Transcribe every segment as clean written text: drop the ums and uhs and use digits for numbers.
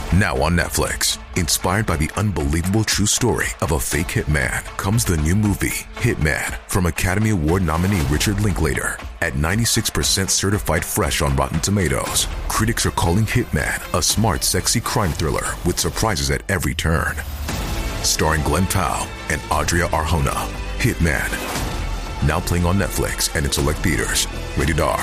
Now on Netflix, inspired by the unbelievable true story of a fake hitman, comes the new movie, Hitman, from Academy Award nominee Richard Linklater. At 96% certified fresh on Rotten Tomatoes, critics are calling Hitman a smart, sexy crime thriller with surprises at every turn. Starring Glenn Powell and Adria Arjona, Hitman. Now playing on Netflix and in select theaters. Rated R.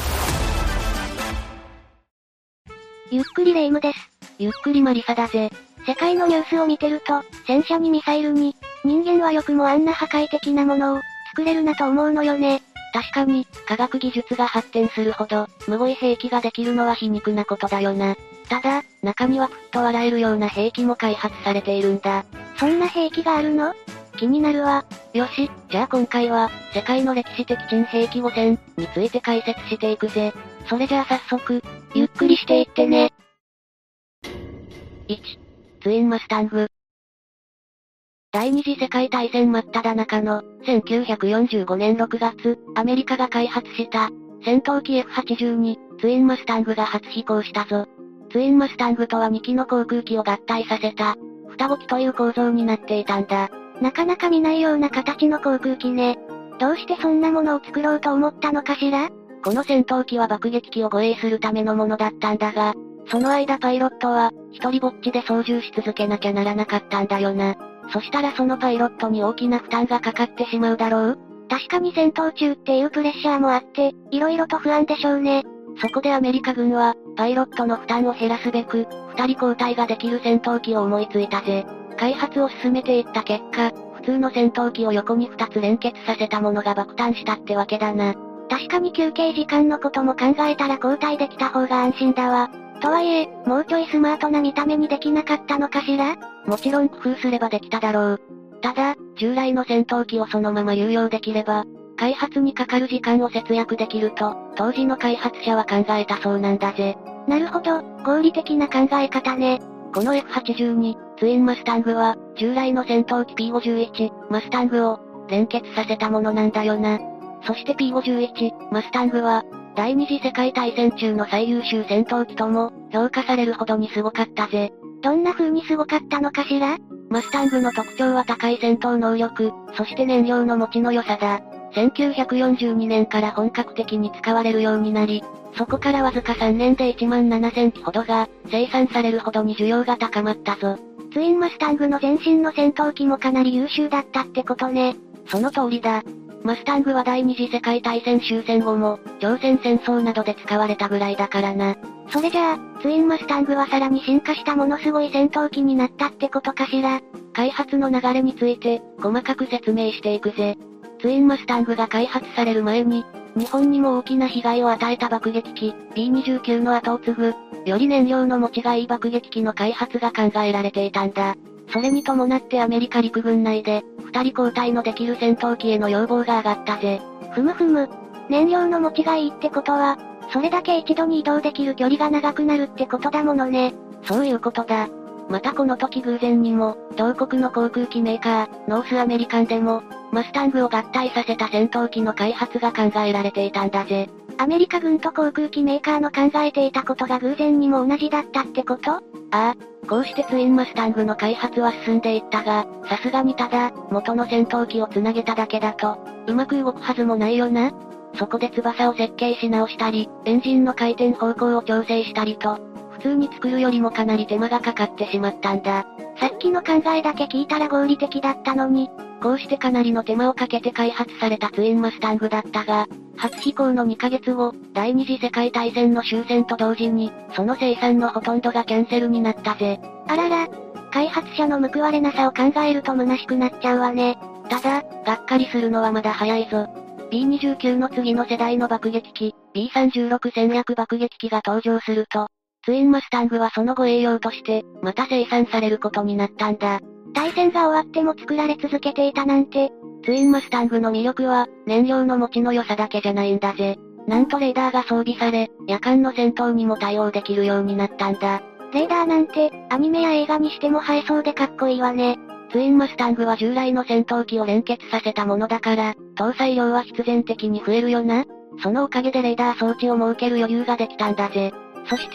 ゆっくりレ夢ムです。 ゆっくりマリサだぜ。 世界のニュースを見てると、戦車にミサイルに、人間はよくもあんな破壊的なものを、作れるなと思うのよね。 確かに、科学技術が発展するほど、むごい兵器ができるのは皮肉なことだよな。ただ、中にはくっと笑えるような兵器も開発されているんだ。 そんな兵器があるの？気になるわ。 よし、じゃあ今回は、世界の歴史的珍兵器5選について解説していくぜ。それじゃあ早速、 ゆっくりしていってね。 1、ツインマスタング。第二次世界大戦真っ只中の、1945年6月、アメリカが開発した、戦闘機 F-82、ツインマスタングが初飛行したぞ。ツインマスタングとは2機の航空機を合体させた、双子機という構造になっていたんだ。 なかなか見ないような形の航空機ね。どうしてそんなものを作ろうと思ったのかしら？ この戦闘機は爆撃機を護衛するためのものだったんだが、その間パイロットは、一人ぼっちで操縦し続けなきゃならなかったんだよな。そしたらそのパイロットに大きな負担がかかってしまうだろう？ 確かに戦闘中っていうプレッシャーもあって、色々と不安でしょうね。 そこでアメリカ軍は、パイロットの負担を減らすべく、二人交代ができる戦闘機を思いついたぜ。開発を進めていった結果、普通の戦闘機を横に2つ連結させたものが爆誕したってわけだな。 確かに休憩時間のことも考えたら交代できた方が安心だわ。とはいえ、もうちょいスマートな見た目にできなかったのかしら？ もちろん工夫すればできただろう。ただ、従来の戦闘機をそのまま有用できれば、開発にかかる時間を節約できると、当時の開発者は考えたそうなんだぜ。 なるほど、合理的な考え方ね。 この F-82、ツインマスタングは、従来の戦闘機 P-51、マスタングを、連結させたものなんだよな。そして P-51、マスタングは、第二次世界大戦中の最優秀戦闘機とも、評価されるほどにすごかったぜ。 どんな風にすごかったのかしら？ マスタングの特徴は高い戦闘能力、そして燃料の持ちの良さだ。1942年から本格的に使われるようになり、そこからわずか3年で1万7000機ほどが、生産されるほどに需要が高まったぞ。 ツインマスタングの前身の戦闘機もかなり優秀だったってことね。 その通りだ。マスタングは第二次世界大戦終戦後も、朝鮮戦争などで使われたぐらいだからな。 それじゃあ、ツインマスタングはさらに進化したものすごい戦闘機になったってことかしら？ 開発の流れについて、細かく説明していくぜ。ツインマスタングが開発される前に、日本にも大きな被害を与えた爆撃機、B-29の後を継ぐ、より燃料の持ちがいい爆撃機の開発が考えられていたんだ。それに伴ってアメリカ陸軍内で、二人交代のできる戦闘機への要望が上がったぜ。 ふむふむ。燃料の持ちがいいってことは、それだけ一度に移動できる距離が長くなるってことだものね。 そういうことだ。またこの時偶然にも、同国の航空機メーカー、ノースアメリカンでも、マスタングを合体させた戦闘機の開発が考えられていたんだぜ。 アメリカ軍と航空機メーカーの考えていたことが偶然にも同じだったってこと？ ああ、こうしてツインマスタングの開発は進んでいったが、さすがにただ、元の戦闘機をつなげただけだと、うまく動くはずもないよな。そこで翼を設計し直したり、エンジンの回転方向を調整したりと、普通に作るよりもかなり手間がかかってしまったんだ。 さっきの考えだけ聞いたら合理的だったのに、 こうしてかなりの手間をかけて開発されたツインマスタングだったが、初飛行の2ヶ月後、第二次世界大戦の終戦と同時に、その生産のほとんどがキャンセルになったぜ。 あらら、開発者の報われなさを考えると虚しくなっちゃうわね。 ただ、がっかりするのはまだ早いぞ。B-29 の次の世代の爆撃機、B-36 戦略爆撃機が登場すると、ツインマスタングはその後営業として、また生産されることになったんだ。 大戦が終わっても作られ続けていたなんて、 ツインマスタングの魅力は、燃料の持ちの良さだけじゃないんだぜ。なんとレーダーが装備され、夜間の戦闘にも対応できるようになったんだ。 レーダーなんて、アニメや映画にしても映えそうでかっこいいわね。 ツインマスタングは従来の戦闘機を連結させたものだから、搭載量は必然的に増えるよな。そのおかげでレーダー装置を設ける余裕ができたんだぜ。そして、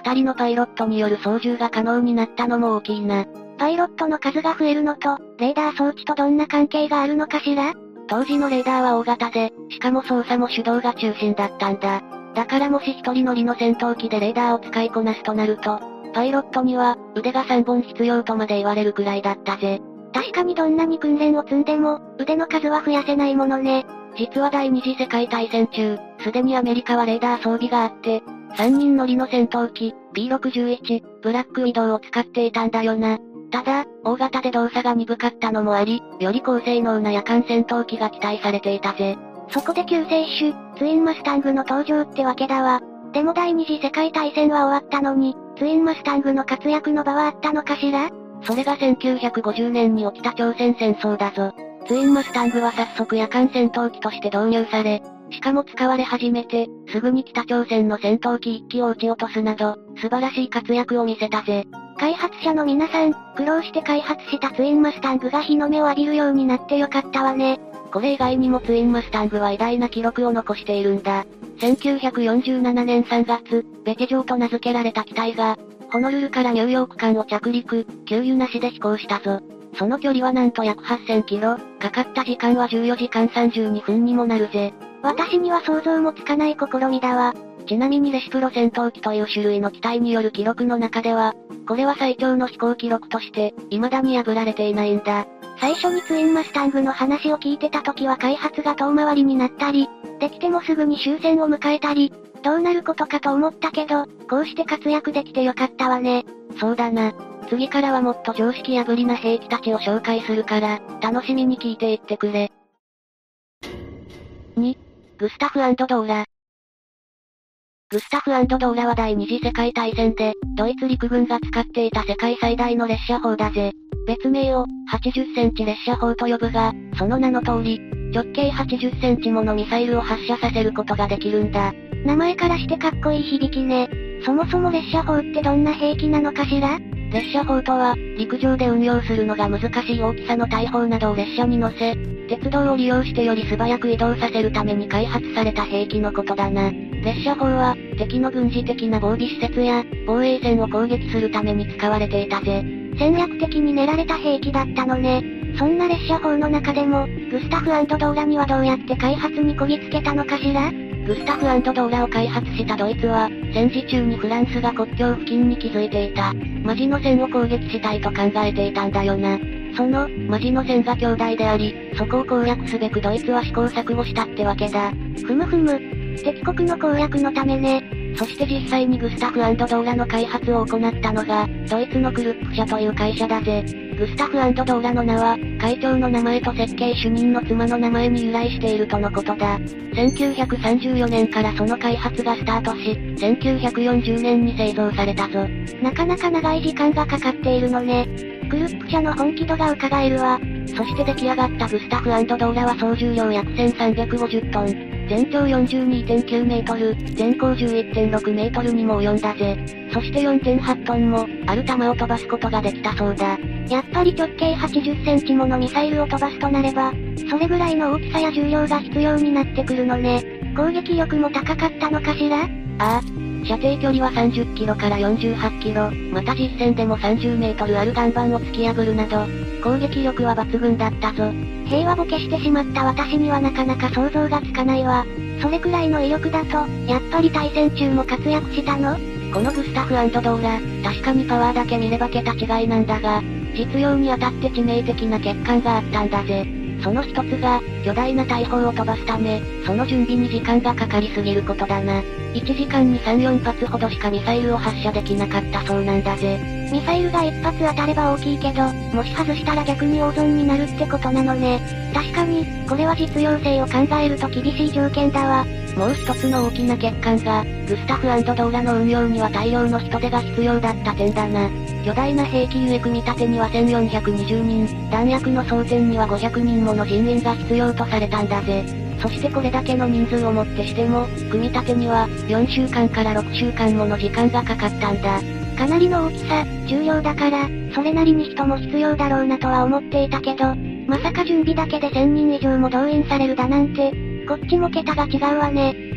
2人のパイロットによる操縦が可能になったのも大きいな。 パイロットの数が増えるのと、レーダー装置とどんな関係があるのかしら？ 当時のレーダーは大型で、しかも操作も手動が中心だったんだ。だからもし一人乗りの戦闘機でレーダーを使いこなすとなると、パイロットには、腕が3本必要とまで言われるくらいだったぜ。 確かにどんなに訓練を積んでも、腕の数は増やせないものね。 実は第二次世界大戦中、すでにアメリカはレーダー装備があって、3人乗りの戦闘機、B61、ブラックウィドウを使っていたんだよな。ただ、大型で動作が鈍かったのもあり、より高性能な夜間戦闘機が期待されていたぜ。 そこで救世主、ツインマスタングの登場ってわけだわ。でも第二次世界大戦は終わったのに、ツインマスタングの活躍の場はあったのかしら？ それが1950年に起きた朝鮮戦争だぞ。ツインマスタングは早速夜間戦闘機として導入され、しかも使われ始めて、すぐに北朝鮮の戦闘機1機を撃ち落とすなど、素晴らしい活躍を見せたぜ。 開発者の皆さん、苦労して開発したツインマスタングが日の目を浴びるようになってよかったわね。 これ以外にもツインマスタングは偉大な記録を残しているんだ。1947年3月、ベテ城と名付けられた機体が、ホノルルからニューヨーク間を着陸、給油なしで飛行したぞ。その距離はなんと約8000キロ、かかった時間は14時間32分にもなるぜ。 私には想像もつかない試みだわ。 ちなみにレシプロ戦闘機という種類の機体による記録の中では、これは最長の飛行記録として、未だに破られていないんだ。 最初にツインマスタングの話を聞いてた時は開発が遠回りになったり、できてもすぐに終戦を迎えたり、どうなることかと思ったけど、こうして活躍できてよかったわね。 そうだな。次からはもっと常識破りな兵器たちを紹介するから、楽しみに聞いていってくれ。2、グスタフ&ドーラ。グスタフ&ドーラは第二次世界大戦で、ドイツ陸軍が使っていた世界最大の列車砲だぜ。別名を、80センチ列車砲と呼ぶが、その名の通り、直径80センチものミサイルを発射させることができるんだ。 名前からしてかっこいい響きね。そもそも列車砲ってどんな兵器なのかしら？ 列車砲とは、陸上で運用するのが難しい大きさの大砲などを列車に乗せ、鉄道を利用してより素早く移動させるために開発された兵器のことだな。列車砲は、敵の軍事的な防備施設や、防衛線を攻撃するために使われていたぜ。 戦略的に練られた兵器だったのね。そんな列車砲の中でも、グスタフ&ドーラにはどうやって開発にこぎつけたのかしら？ グスタフ&ドーラを開発したドイツは、戦時中にフランスが国境付近に築いていた、マジノ線を攻撃したいと考えていたんだよな。その、マジノ線が兄弟であり、そこを攻略すべくドイツは試行錯誤したってわけだ。 ふむふむ。敵国の攻略のためね。 そして実際にグスタフ&ドーラの開発を行ったのが、ドイツのクルップ社という会社だぜ。グスタフ&ドーラの名は、会長の名前と設計主任の妻の名前に由来しているとのことだ。1934年からその開発がスタートし、1940年に製造されたぞ。 なかなか長い時間がかかっているのね。クルップ社の本気度が伺えるわ。 そして出来上がったグスタフ&ドーラは総重量約1350トン。全長 42.9 メートル、全高 11.6 メートルにも及んだぜ。そして 4.8 トンも、ある弾を飛ばすことができたそうだ。 やっぱり直径80センチものミサイルを飛ばすとなれば、それぐらいの大きさや重量が必要になってくるのね。攻撃力も高かったのかしら？ ああ。射程距離は30キロから48キロ、また実戦でも30メートルある岩盤を突き破るなど、攻撃力は抜群だったぞ。 平和ボケしてしまった私にはなかなか想像がつかないわ。それくらいの威力だと、やっぱり大戦中も活躍したの？ このグスタフ&ドーラ、確かにパワーだけ見れば桁違いなんだが、実用にあたって致命的な欠陥があったんだぜ。その一つが、巨大な大砲を飛ばすため、その準備に時間がかかりすぎることだな。1時間に3、4発ほどしかミサイルを発射できなかったそうなんだぜ。 ミサイルが1発当たれば大きいけど、もし外したら逆に大損になるってことなのね。確かに、これは実用性を考えると厳しい条件だわ。 もう一つの大きな欠陥が、グスタフ&ドーラの運用には大量の人手が必要だった点だな。巨大な兵器ゆえ組み立てには1420人、弾薬の装填には500人もの人員が必要とされたんだぜ。そしてこれだけの人数をもってしても、組み立てには、4週間から6週間もの時間がかかったんだ。 かなりの大きさ、重量だから、それなりに人も必要だろうなとは思っていたけど、まさか準備だけで1000人以上も動員されるだなんて、こっちも桁が違うわね。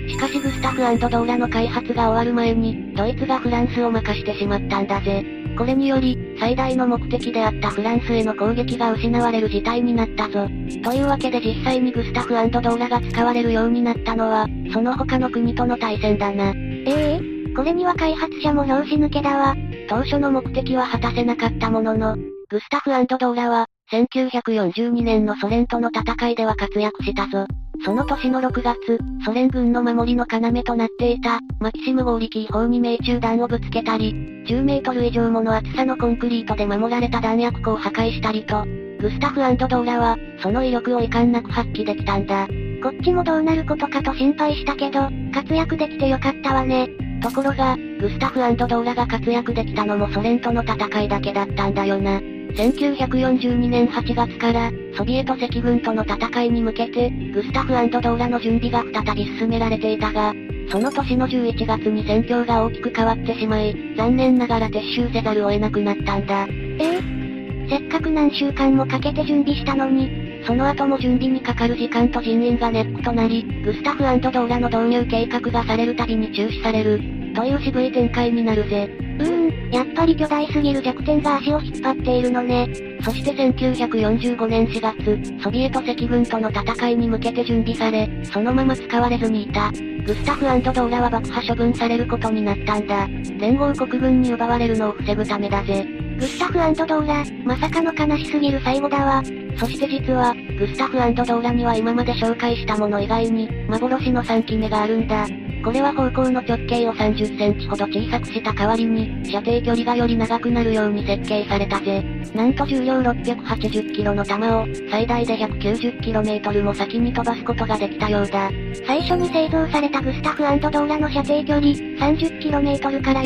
しかしグスタフ&ドーラの開発が終わる前に、ドイツがフランスを任してしまったんだぜ。これにより、最大の目的であったフランスへの攻撃が失われる事態になったぞ。というわけで実際にグスタフ&ドーラが使われるようになったのは、その他の国との対戦だな。 これには開発者も拍子抜けだわ。 当初の目的は果たせなかったものの、グスタフ&ドーラは、1942年のソ連との戦いでは活躍したぞ。その年の6月、ソ連軍の守りの要となっていた、マキシム号力砲に命中弾をぶつけたり、10メートル以上もの厚さのコンクリートで守られた弾薬庫を破壊したりと、グスタフ&ドーラは、その威力を遺憾なく発揮できたんだ。 こっちもどうなることかと心配したけど、活躍できてよかったわね。 ところが、グスタフ&ドーラが活躍できたのもソ連との戦いだけだったんだよな。1942年8月から、ソビエト赤軍との戦いに向けて、グスタフ&ドーラの準備が再び進められていたが、その年の11月に戦況が大きく変わってしまい、残念ながら撤収せざるを得なくなったんだ。 せっかく何週間もかけて準備したのに、 その後も準備にかかる時間と人員がネックとなり、グスタフ&ドーラの導入計画がされるたびに中止される、という渋い展開になるぜ。 やっぱり巨大すぎる弱点が足を引っ張っているのね。 そして1945年4月、ソビエト赤軍との戦いに向けて準備され、そのまま使われずにいた。グスタフ&ドーラは爆破処分されることになったんだ。連合国軍に奪われるのを防ぐためだぜ。 グスタフ&ドーラ、まさかの悲しすぎる最後だわ。 そして実は、グスタフ&ドーラには今まで紹介したもの以外に、幻の3機目があるんだ。これは方向の直径を30センチほど小さくした代わりに、射程距離がより長くなるように設計されたぜ。なんと重量680キロの弾を、最大で 190km も先に飛ばすことができたようだ。 最初に製造されたグスタフ&ドーラの射程距離、30km から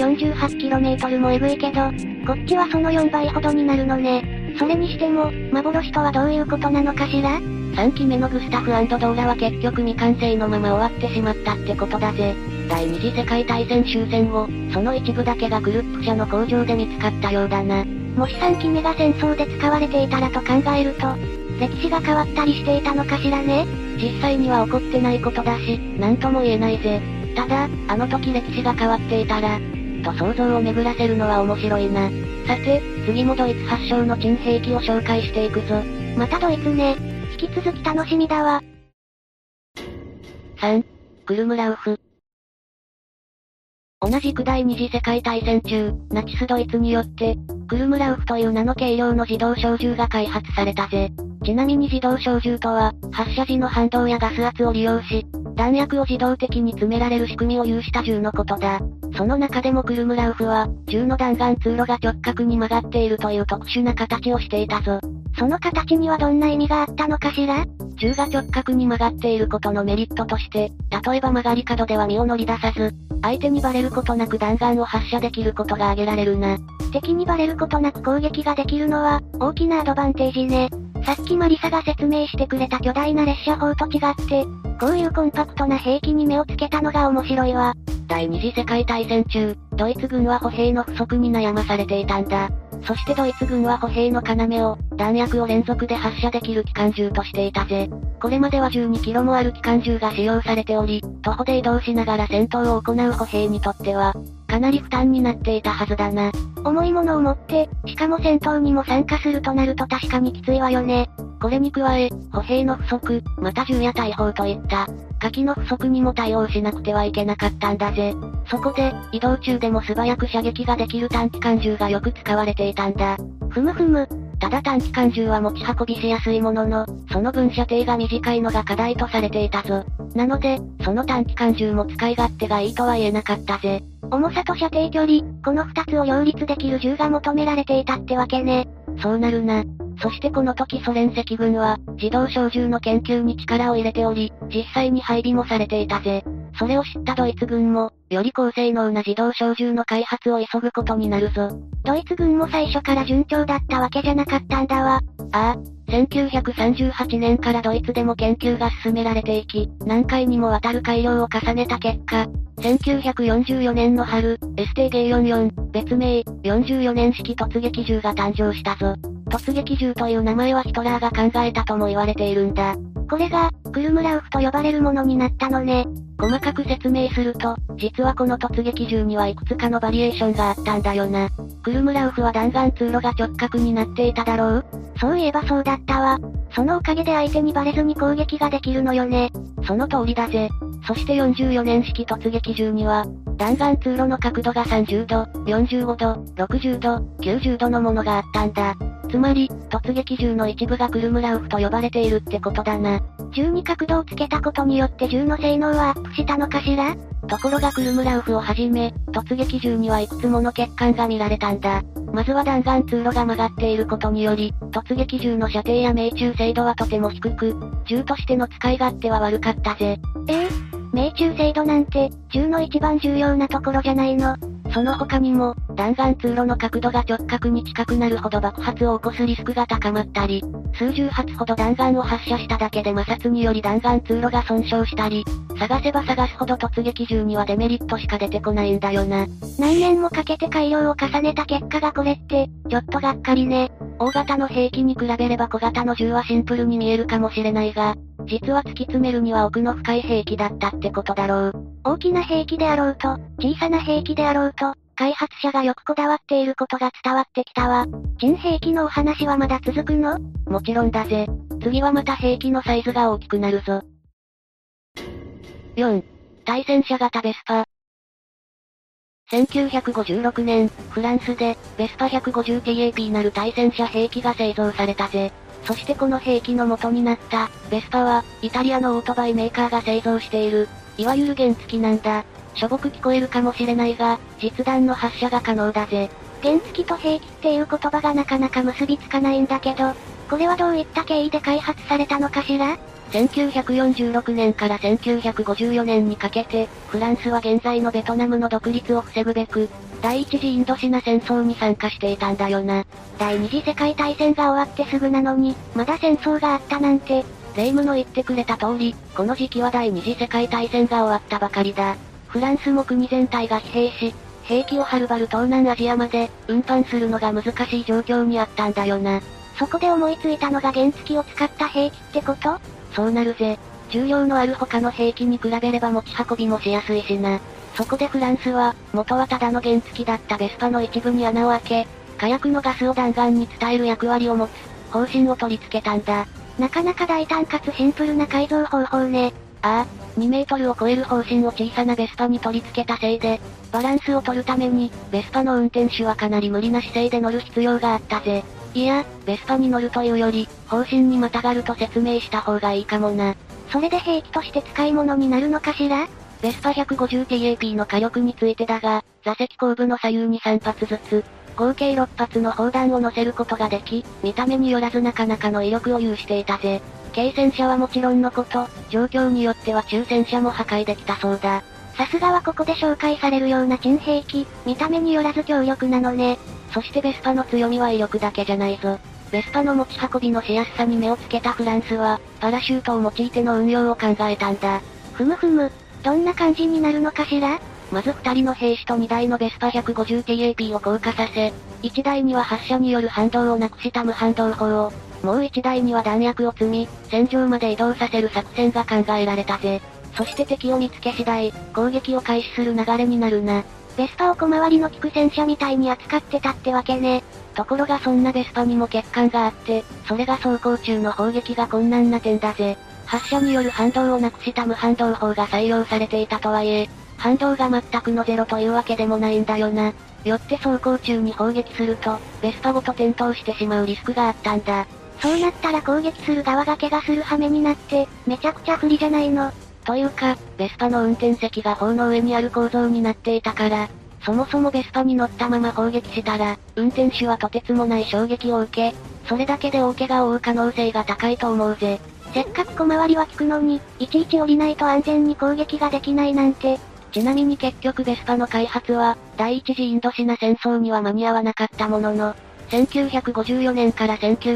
48km もエグいけど、こっちはその4倍ほどになるのね。それにしても、幻とはどういうことなのかしら ？3機目のグスタフ&ドーラは結局未完成のまま終わってしまったってことだぜ。第二次世界大戦終戦後、その一部だけがクルップ社の工場で見つかったようだな。 もし3機目が戦争で使われていたらと考えると、歴史が変わったりしていたのかしらね。 実際には起こってないことだし、なんとも言えないぜ。ただ、あの時歴史が変わっていたら、と想像を巡らせるのは面白いな。さて、次もドイツ発祥の珍兵器を紹介していくぞ。 またドイツね。引き続き楽しみだわ。 3、クルムラウフ。同じく第二次世界大戦中、ナチスドイツによって、クルムラウフという名の軽量の自動小銃が開発されたぜ。ちなみに自動小銃とは、発射時の反動やガス圧を利用し、弾薬を自動的に詰められる仕組みを有した銃のことだ。その中でもクルムラウフは、銃の弾丸通路が直角に曲がっているという特殊な形をしていたぞ。 その形にはどんな意味があったのかしら？ 銃が直角に曲がっていることのメリットとして、例えば曲がり角では身を乗り出さず、相手にバレることなく弾丸を発射できることが挙げられるな。 敵にバレることなく攻撃ができるのは、大きなアドバンテージね。さっきマリサが説明してくれた巨大な列車砲と違って、こういうコンパクトな兵器に目をつけたのが面白いわ。 第二次世界大戦中、ドイツ軍は歩兵の不足に悩まされていたんだ。そしてドイツ軍は歩兵の要を、弾薬を連続で発射できる機関銃としていたぜ。これまでは12キロもある機関銃が使用されており、徒歩で移動しながら戦闘を行う歩兵にとっては、かなり負担になっていたはずだな。 重いものを持って、しかも戦闘にも参加するとなると確かにきついわよね。 これに加え、歩兵の不足、また銃や大砲といった、火器の不足にも対応しなくてはいけなかったんだぜ。そこで、移動中でも素早く射撃ができる短機関銃がよく使われていたんだ。 ふむふむ。 ただ短機関銃は持ち運びしやすいものの、その分射程が短いのが課題とされていたぞ。なので、その短機関銃も使い勝手がいいとは言えなかったぜ。 重さと射程距離、この2つを両立できる銃が求められていたってわけね。 そうなるな。そしてこの時ソ連赤軍は、自動小銃の研究に力を入れており、実際に配備もされていたぜ。それを知ったドイツ軍も、より高性能な自動小銃の開発を急ぐことになるぞ。 ドイツ軍も最初から順調だったわけじゃなかったんだわ。 ああ、1938年からドイツでも研究が進められていき、何回にもわたる改良を重ねた結果、1944年の春、STG44、別名、44年式突撃銃が誕生したぞ。突撃銃という名前はヒトラーが考えたとも言われているんだ。 これが、クルムラウフと呼ばれるものになったのね。 細かく説明すると、実はこの突撃銃にはいくつかのバリエーションがあったんだよな。クルムラウフは弾丸通路が直角になっていただろう？ そういえばそうだったわ。そのおかげで相手にバレずに攻撃ができるのよね。 その通りだぜ。そして44年式突撃銃には、弾丸通路の角度が30度、45度、60度、90度のものがあったんだ。つまり、突撃銃の一部がクルムラウフと呼ばれているってことだな。 銃に角度をつけたことによって銃の性能はアップしたのかしら？ ところがクルムラウフをはじめ、突撃銃にはいくつもの欠陥が見られたんだ。まずは弾丸通路が曲がっていることにより、突撃銃の射程や命中精度はとても低く、銃としての使い勝手は悪かったぜ。 命中精度なんて、銃の一番重要なところじゃないの。 その他にも、弾丸通路の角度が直角に近くなるほど爆発を起こすリスクが高まったり、数十発ほど弾丸を発射しただけで摩擦により弾丸通路が損傷したり、探せば探すほど突撃銃にはデメリットしか出てこないんだよな。 何年もかけて改良を重ねた結果がこれって、ちょっとがっかりね。 大型の兵器に比べれば小型の銃はシンプルに見えるかもしれないが、実は突き詰めるには奥の深い兵器だったってことだろう。 大きな兵器であろうと、小さな兵器であろうと、開発者がよくこだわっていることが伝わってきたわ。珍兵器のお話はまだ続くの？ もちろんだぜ。次はまた兵器のサイズが大きくなるぞ。4. 対戦車型ベスパ。1956年、フランスで、ベスパ 150TAP なる対戦車兵器が製造されたぜ。そしてこの兵器の元になった、ベスパは、イタリアのオートバイメーカーが製造している、いわゆる原付なんだ。しょぼく聞こえるかもしれないが、実弾の発射が可能だぜ。 原付と兵器っていう言葉がなかなか結びつかないんだけど、これはどういった経緯で開発されたのかしら ？1946年から1954年にかけて、フランスは現在のベトナムの独立を防ぐべく、第一次インドシナ戦争に参加していたんだよな。 第二次世界大戦が終わってすぐなのに、まだ戦争があったなんて。 霊夢の言ってくれた通り、この時期は第二次世界大戦が終わったばかりだ。フランスも国全体が疲弊し、兵器をはるばる東南アジアまで、運搬するのが難しい状況にあったんだよな。 そこで思いついたのが原付を使った兵器ってこと？ そうなるぜ。重量のある他の兵器に比べれば持ち運びもしやすいしな。そこでフランスは、元はただの原付だったベスパの一部に穴を開け、火薬のガスを弾丸に伝える役割を持つ、方針を取り付けたんだ。 なかなか大胆かつシンプルな改造方法ね。 ああ、2メートルを超える方針を小さなベスパに取り付けたせいで、バランスを取るために、ベスパの運転手はかなり無理な姿勢で乗る必要があったぜ。いや、ベスパに乗るというより、方針にまたがると説明した方がいいかもな。 それで兵器として使い物になるのかしら？ ベスパ 150TAP の火力についてだが、座席後部の左右に3発ずつ、合計6発の砲弾を乗せることができ、見た目によらずなかなかの威力を有していたぜ。軽戦車はもちろんのこと、状況によっては中戦車も破壊できたそうだ。 さすがはここで紹介されるような珍兵器、見た目によらず強力なのね。 そしてベスパの強みは威力だけじゃないぞ。ベスパの持ち運びのしやすさに目をつけたフランスは、パラシュートを用いての運用を考えたんだ。 ふむふむ、どんな感じになるのかしら？ まず2人の兵士と2台のベスパ 150TAP を降下させ、1台には発射による反動をなくした無反動砲を、もう1台には弾薬を積み、戦場まで移動させる作戦が考えられたぜ。そして敵を見つけ次第、攻撃を開始する流れになるな。 ベスパを小回りの利く戦車みたいに扱ってたってわけね。 ところがそんなベスパにも欠陥があって、それが走行中の砲撃が困難な点だぜ。発射による反動をなくした無反動砲が採用されていたとはいえ、反動が全くのゼロというわけでもないんだよな。よって走行中に砲撃すると、ベスパごと転倒してしまうリスクがあったんだ。 そうなったら攻撃する側が怪我する羽目になって、めちゃくちゃ不利じゃないの。 というか、ベスパの運転席が砲の上にある構造になっていたから、そもそもベスパに乗ったまま砲撃したら、運転手はとてつもない衝撃を受け、それだけで大怪我を負う可能性が高いと思うぜ。 せっかく小回りは効くのに、いちいち降りないと安全に攻撃ができないなんて。 ちなみに結局ベスパの開発は、第一次インドシナ戦争には間に合わなかったものの、1954年から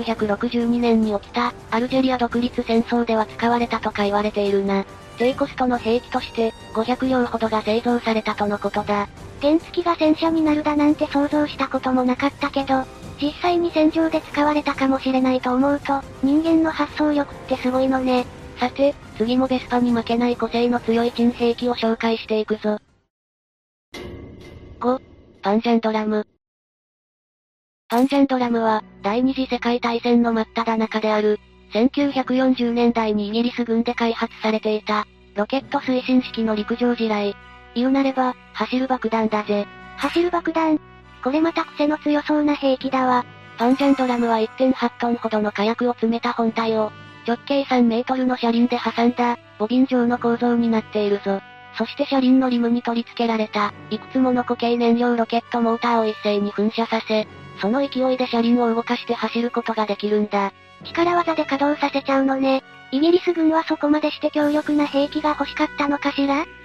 1962年に起きた、アルジェリア独立戦争では使われたとか言われているな。低コストの兵器として、500両ほどが製造されたとのことだ。 原付が戦車になるだなんて想像したこともなかったけど、実際に戦場で使われたかもしれないと思うと、人間の発想力ってすごいのね。 さて、次もベスパに負けない個性の強い珍兵器を紹介していくぞ。5、パンジャンドラム。パンジャンドラムは、第二次世界大戦の真っ只中である、1940年代にイギリス軍で開発されていた、ロケット推進式の陸上地雷。言うなれば、走る爆弾だぜ。 走る爆弾。これまた癖の強そうな兵器だわ。 パンジャンドラムは 1.8 トンほどの火薬を詰めた本体を、直径3メートルの車輪で挟んだ、ボビン状の構造になっているぞ。そして車輪のリムに取り付けられた、いくつもの固形燃料ロケットモーターを一斉に噴射させ、その勢いで車輪を動かして走ることができるんだ。 力技で稼働させちゃうのね。イギリス軍はそこまでして強力な兵器が欲しかったのかしら？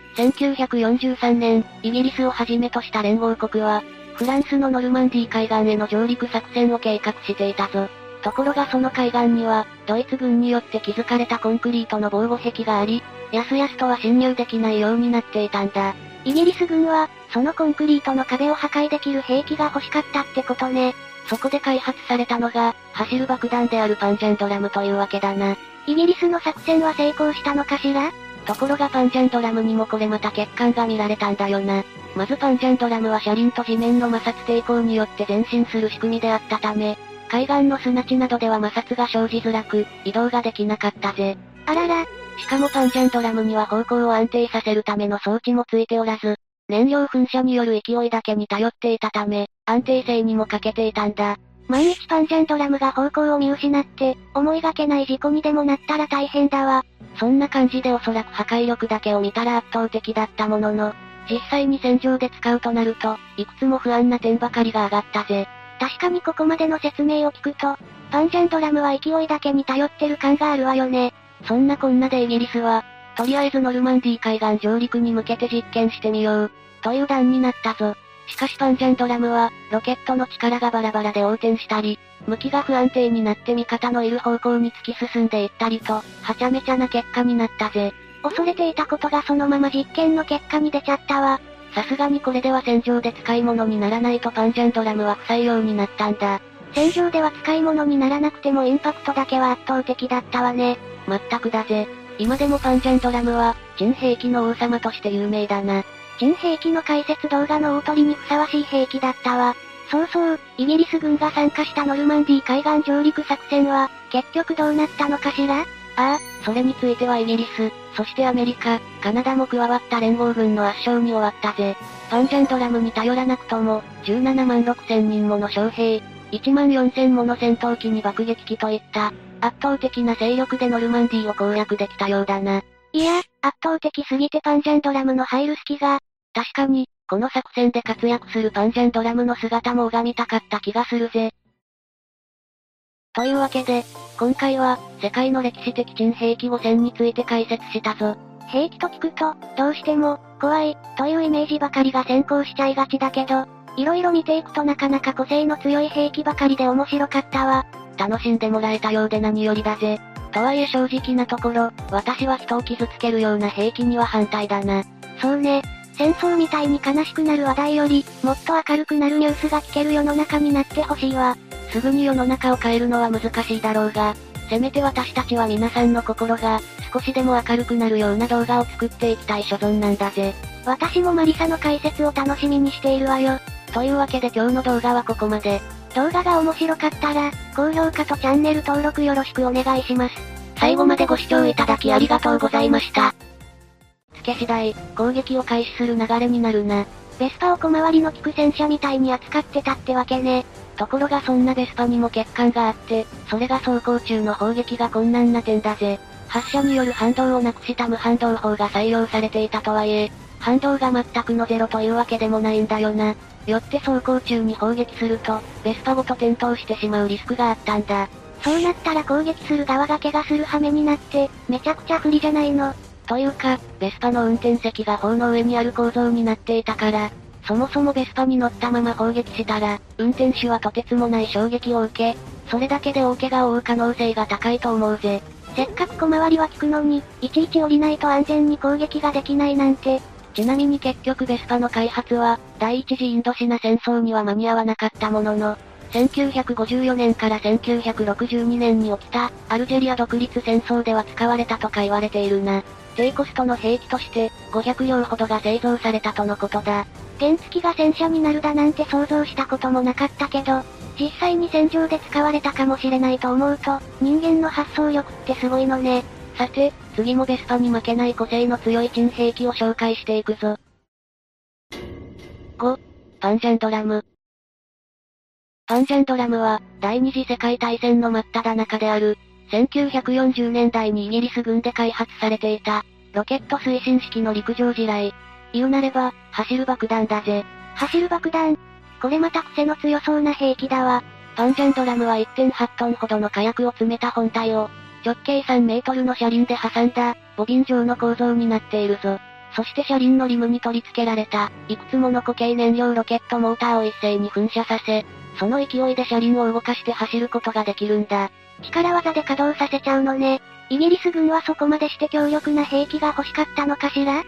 1943年、イギリスをはじめとした連合国は、フランスのノルマンディー海岸への上陸作戦を計画していたぞ。ところがその海岸には、ドイツ軍によって築かれたコンクリートの防護壁があり、やすやすとは侵入できないようになっていたんだ。 イギリス軍は、そのコンクリートの壁を破壊できる兵器が欲しかったってことね。 そこで開発されたのが、走る爆弾であるパンジャンドラムというわけだな。 イギリスの作戦は成功したのかしら？ ところがパンジャンドラムにもこれまた欠陥が見られたんだよな。まずパンジャンドラムは車輪と地面の摩擦抵抗によって前進する仕組みであったため、海岸の砂地などでは摩擦が生じづらく、移動ができなかったぜ。 あらら。 しかもパンジャンドラムには方向を安定させるための装置もついておらず、燃料噴射による勢いだけに頼っていたため、安定性にも欠けていたんだ。 万一パンジャンドラムが方向を見失って、思いがけない事故にでもなったら大変だわ。 そんな感じでおそらく破壊力だけを見たら圧倒的だったものの、実際に戦場で使うとなると、いくつも不安な点ばかりが上がったぜ。 確かにここまでの説明を聞くと、パンジャンドラムは勢いだけに頼ってる感があるわよね。 そんなこんなでイギリスは、とりあえずノルマンディー海岸上陸に向けて実験してみよう、という段になったぞ。しかしパンジャンドラムは、ロケットの力がバラバラで横転したり、向きが不安定になって味方のいる方向に突き進んでいったりと、はちゃめちゃな結果になったぜ。 恐れていたことがそのまま実験の結果に出ちゃったわ。 さすがにこれでは戦場で使い物にならないとパンジャンドラムは不採用になったんだ。 戦場では使い物にならなくてもインパクトだけは圧倒的だったわね。 まったくだぜ。今でもパンジャンドラムは、珍兵器の王様として有名だな。 珍兵器の解説動画の大取りにふさわしい兵器だったわ。そうそう、イギリス軍が参加したノルマンディー海岸上陸作戦は、結局どうなったのかしら？ ああ、それについてはイギリス、そしてアメリカ、カナダも加わった連合軍の圧勝に終わったぜ。パンジャンドラムに頼らなくとも、17万6千人もの将兵、1万4千もの戦闘機に爆撃機といった、圧倒的な勢力でノルマンディーを攻略できたようだな。 いや、圧倒的すぎてパンジャンドラムの入る隙が。 確かに、この作戦で活躍するパンジャンドラムの姿も拝みたかった気がするぜ。というわけで、今回は、世界の歴史的珍兵器5選について解説したぞ。 兵器と聞くと、どうしても、怖い、というイメージばかりが先行しちゃいがちだけど、いろいろ見ていくとなかなか個性の強い兵器ばかりで面白かったわ。 楽しんでもらえたようで何よりだぜ。とはいえ正直なところ、私は人を傷つけるような兵器には反対だな。 そうね。戦争みたいに悲しくなる話題より、もっと明るくなるニュースが聞ける世の中になってほしいわ。 すぐに世の中を変えるのは難しいだろうが、せめて私たちは皆さんの心が、少しでも明るくなるような動画を作っていきたい所存なんだぜ。 私もマリサの解説を楽しみにしているわよ。 というわけで今日の動画はここまで。 動画が面白かったら、高評価とチャンネル登録よろしくお願いします。 最後までご視聴いただきありがとうございました。つけ次第、攻撃を開始する流れになるな。 ベスパを小回りの利く戦車みたいに扱ってたってわけね。 ところがそんなベスパにも欠陥があって、それが走行中の砲撃が困難な点だぜ。発射による反動をなくした無反動砲が採用されていたとはいえ、反動が全くのゼロというわけでもないんだよな。よって走行中に砲撃すると、ベスパごと転倒してしまうリスクがあったんだ。 そうなったら攻撃する側が怪我する羽目になって、めちゃくちゃ不利じゃないの。 というか、ベスパの運転席が砲の上にある構造になっていたから、そもそもベスパに乗ったまま砲撃したら、運転手はとてつもない衝撃を受け、それだけで大怪我を負う可能性が高いと思うぜ。 せっかく小回りは効くのに、いちいち降りないと安全に攻撃ができないなんて。 ちなみに結局ベスパの開発は、第一次インドシナ戦争には間に合わなかったものの、 1954年から1962年に起きた、アルジェリア独立戦争では使われたとか言われているな。低コストの兵器として、500両ほどが製造されたとのことだ。 原付が戦車になるだなんて想像したこともなかったけど、実際に戦場で使われたかもしれないと思うと、人間の発想力ってすごいのね。 さて、次もベスパに負けない個性の強い珍兵器を紹介していくぞ。5、パンジャンドラム。パンジャンドラムは、第二次世界大戦の真っ只中である、1940年代にイギリス軍で開発されていた、ロケット推進式の陸上地雷。言うなれば、走る爆弾だぜ。 走る爆弾。これまた癖の強そうな兵器だわ。 パンジャンドラムは 1.8 トンほどの火薬を詰めた本体を、直径3メートルの車輪で挟んだ、ボビン状の構造になっているぞ。そして車輪のリムに取り付けられた、いくつもの固形燃料ロケットモーターを一斉に噴射させ、その勢いで車輪を動かして走ることができるんだ。 力技で稼働させちゃうのね。イギリス軍はそこまでして強力な兵器が欲しかったのかしら？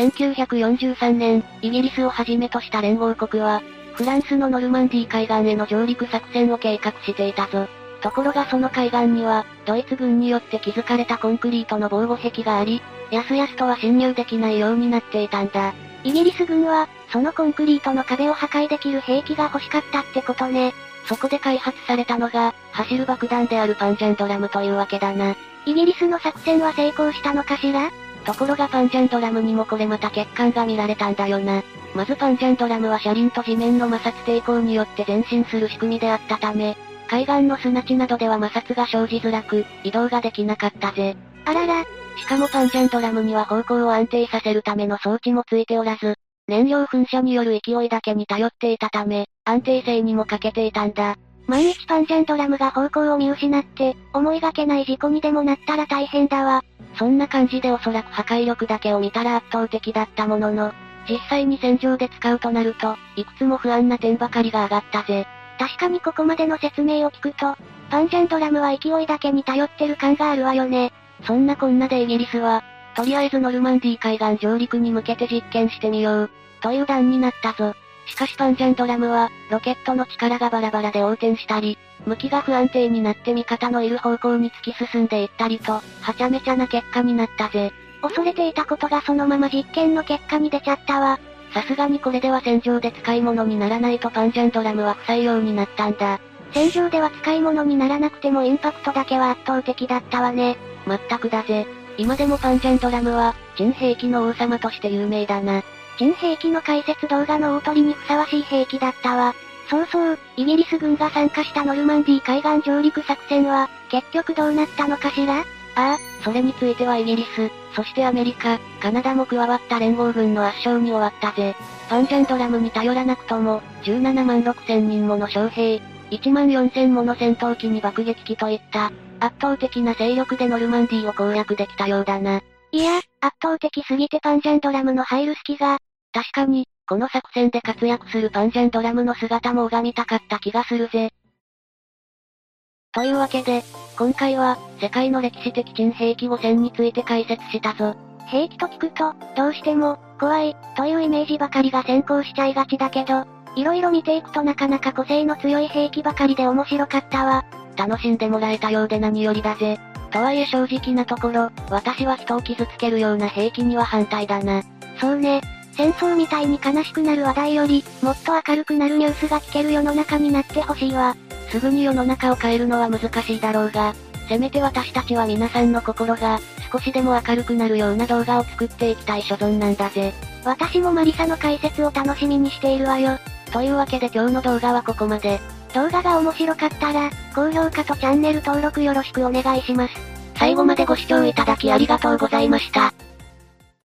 1943年、イギリスをはじめとした連合国は、フランスのノルマンディー海岸への上陸作戦を計画していたぞ。ところがその海岸には、ドイツ軍によって築かれたコンクリートの防護壁があり、やすやすとは侵入できないようになっていたんだ。 イギリス軍は、そのコンクリートの壁を破壊できる兵器が欲しかったってことね。 そこで開発されたのが、走る爆弾であるパンジャンドラムというわけだな。 イギリスの作戦は成功したのかしら？ ところがパンジャンドラムにもこれまた欠陥が見られたんだよな。まずパンジャンドラムは車輪と地面の摩擦抵抗によって前進する仕組みであったため、海岸の砂地などでは摩擦が生じづらく、移動ができなかったぜ。 あらら。 しかもパンジャンドラムには方向を安定させるための装置もついておらず、燃料噴射による勢いだけに頼っていたため、安定性にも欠けていたんだ。 万一パンジャンドラムが方向を見失って、思いがけない事故にでもなったら大変だわ。 そんな感じでおそらく破壊力だけを見たら圧倒的だったものの、実際に戦場で使うとなると、いくつも不安な点ばかりが上がったぜ。 確かにここまでの説明を聞くと、パンジャンドラムは勢いだけに頼ってる感があるわよね。 そんなこんなでイギリスは、とりあえずノルマンディー海岸上陸に向けて実験してみよう、という段になったぞ。しかしパンジャンドラムは、ロケットの力がバラバラで横転したり、向きが不安定になって味方のいる方向に突き進んでいったりと、はちゃめちゃな結果になったぜ。 恐れていたことがそのまま実験の結果に出ちゃったわ。 さすがにこれでは戦場で使い物にならないとパンジャンドラムは不採用になったんだ。 戦場では使い物にならなくてもインパクトだけは圧倒的だったわね。 まったくだぜ。今でもパンジャンドラムは、珍兵器の王様として有名だな。 珍兵器の解説動画の大鳥にふさわしい兵器だったわ。そうそう、イギリス軍が参加したノルマンディー海岸上陸作戦は、結局どうなったのかしら？ ああ、それについてはイギリス、そしてアメリカ、カナダも加わった連合軍の圧勝に終わったぜ。パンジャンドラムに頼らなくとも、17万6千人もの将兵、1万4千もの戦闘機に爆撃機といった、圧倒的な勢力でノルマンディーを攻略できたようだな。 いや、圧倒的すぎてパンジャンドラムの入る隙が。 確かに、この作戦で活躍するパンジャンドラムの姿も拝みたかった気がするぜ。というわけで、今回は、世界の歴史的珍兵器5選について解説したぞ。 兵器と聞くと、どうしても、怖い、というイメージばかりが先行しちゃいがちだけど、いろいろ見ていくとなかなか個性の強い兵器ばかりで面白かったわ。 楽しんでもらえたようで何よりだぜ。とはいえ正直なところ、私は人を傷つけるような兵器には反対だな。 そうね。戦争みたいに悲しくなる話題より、もっと明るくなるニュースが聞ける世の中になってほしいわ。 すぐに世の中を変えるのは難しいだろうが、せめて私たちは皆さんの心が、少しでも明るくなるような動画を作っていきたい所存なんだぜ。 私もマリサの解説を楽しみにしているわよ。 というわけで今日の動画はここまで。 動画が面白かったら、高評価とチャンネル登録よろしくお願いします。 最後までご視聴いただきありがとうございました。